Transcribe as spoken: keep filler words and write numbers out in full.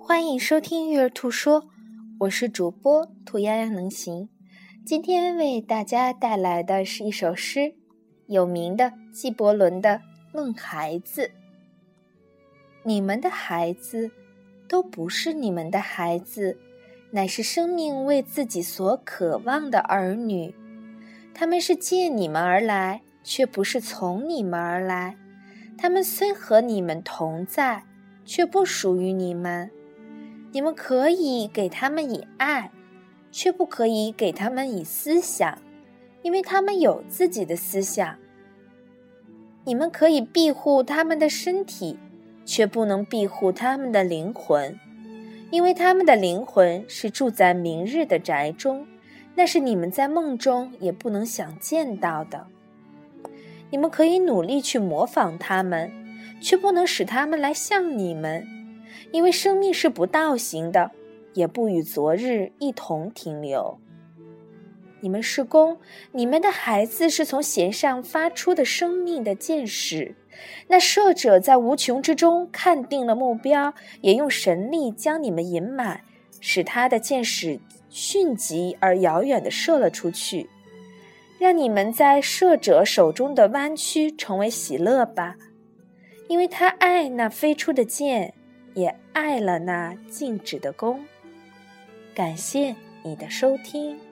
欢迎收听育儿兔说，我是主播兔丫丫能行。今天为大家带来的是一首诗，有名的纪伯伦的《论孩子》。你们的孩子都不是你们的孩子，乃是生命为自己所渴望的儿女。他们是借你们而来，却不是从你们而来。他们虽和你们同在，却不属于你们。你们可以给他们以爱，却不可以给他们以思想，因为他们有自己的思想。你们可以庇护他们的身体，却不能庇护他们的灵魂，因为他们的灵魂是住在明日的宅中，那是你们在梦中也不能想见到的。你们可以努力去模仿他们，却不能使他们来像你们，因为生命是不倒行的，也不与昨日一同停留。你们是弓，你们的孩子是从弦上发出的生命的箭矢，那射者在无穷之中看定了目标，也用神力将你们引满，使他的箭矢迅疾而遥远地射了出去。让你们在射者手中的弯曲成为喜乐吧，因为他爱那飞出的箭，也爱了那静止的弓。感谢你的收听。